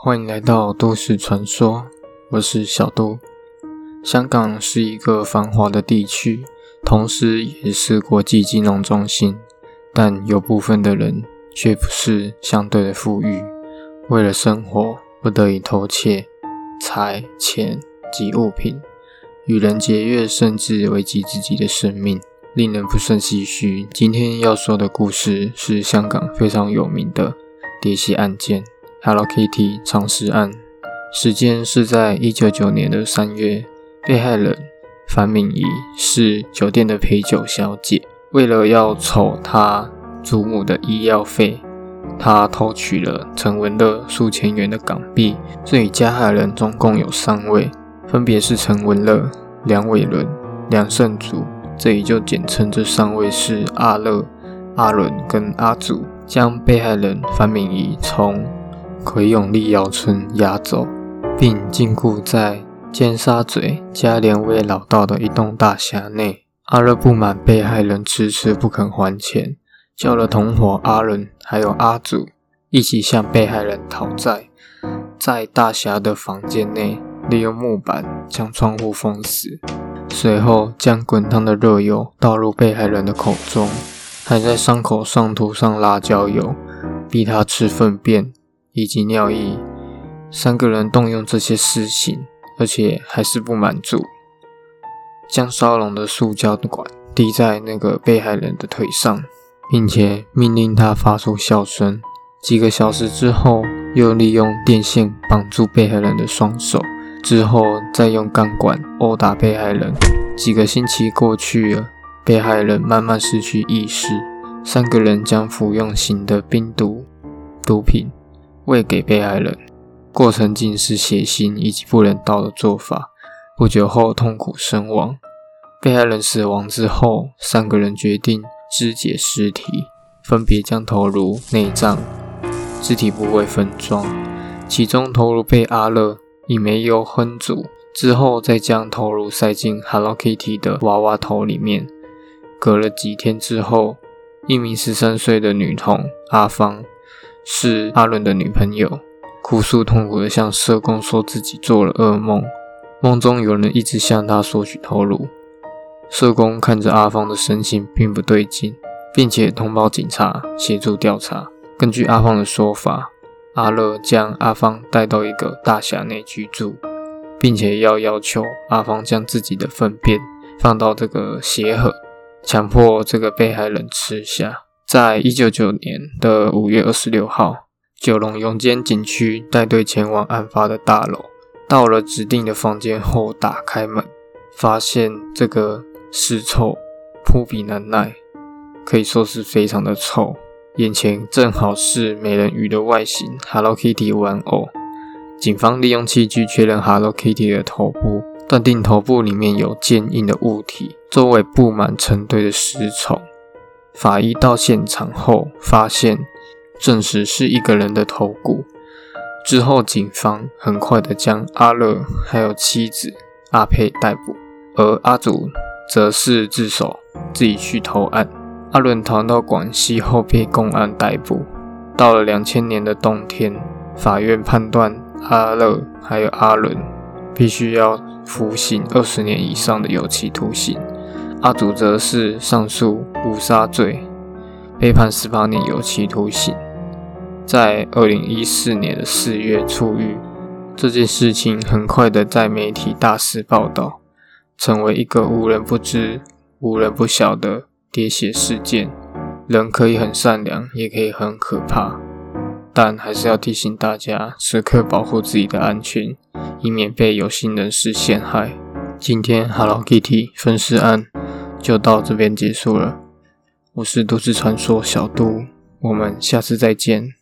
欢迎来到都市传说，我是小都。香港是一个繁华的地区，同时也是国际金融中心，但有部分的人却不是相对的富裕，为了生活不得已偷窃财、钱及物品，与人结怨，甚至危及自己的生命，令人不胜唏嘘。今天要说的故事是香港非常有名的跌血案件 Hello Kitty 藏尸案。时间是在199年的3月，被害人樊敏仪是酒店的陪酒小姐，为了要筹她祖母的医药费，她偷取了陈文乐数千元的港币。这里加害人总共有3位，分别是陈文乐、梁伟伦、梁胜祖，这里就简称这3位是阿乐、阿伦跟阿祖，将被害人樊敏仪从葵涌立窑村押走，并禁锢在尖沙咀加连威老道的一栋大厦内。阿乐不满被害人迟迟不肯还钱，叫了同伙阿伦还有阿祖一起向被害人讨债，在大侠的房间内利用木板将窗户封死，随后将滚烫的热油倒入被害人的口中，还在伤口上涂上辣椒油，逼他吃粪便以及尿液。3个人动用这些事情，而且还是不满足，将烧融的塑胶管滴在那个被害人的腿上，并且命令他发出笑声。几个小时之后，又利用电线绑住被害人的双手，之后再用钢管殴打被害人。几个星期过去了，被害人慢慢失去意识。3个人将服用型的冰毒毒品喂给被害人，过程尽是血腥以及不人道的做法。不久后痛苦身亡。被害人死亡之后，3个人决定肢解尸体，分别将头颅、内脏、肢体部位分装，其中头颅被阿乐以煤油烹煮，之后再将头颅塞进 Hello Kitty 的娃娃头里面。隔了几天之后，一名13岁的女童阿芳，是阿伦的女朋友，哭诉痛苦地向社工说自己做了噩梦，梦中有人一直向她索取头颅。社工看着阿芳的神情并不对劲，并且通报警察协助调查。根据阿芳的说法，阿乐将阿芳带到一个大厦内居住，并且要求阿芳将自己的粪便放到这个鞋盒，强迫这个被害人吃下。在199年的5月26号，九龙涌尖警区带队前往案发的大楼，到了指定的房间后打开门，发现这个尸臭扑鼻难耐，可以说是非常的臭。眼前正好是美人鱼的外形 Hello Kitty 玩偶。警方利用器具确认 Hello Kitty 的头部，断定头部里面有坚硬的物体，周围布满成堆的尸虫。法医到现场后发现，证实是一个人的头骨。之后警方很快的将阿乐还有妻子阿佩逮捕，而阿祖则是自首，自己去投案。阿伦逃到广西后被公安逮捕。到了2000年的冬天，法院判断阿乐还有阿伦必须要服刑20年以上的有期徒刑。阿祖则是上诉误杀罪，被判18年有期徒刑，在2014年的4月出狱。这件事情很快的在媒体大肆报道，成为一个无人不知、无人不晓的跌血事件。人可以很善良，也可以很可怕，但还是要提醒大家，时刻保护自己的安全，以免被有心人士陷害。今天 Hello Kitty 分尸案就到这边结束了。我是都市传说小都，我们下次再见。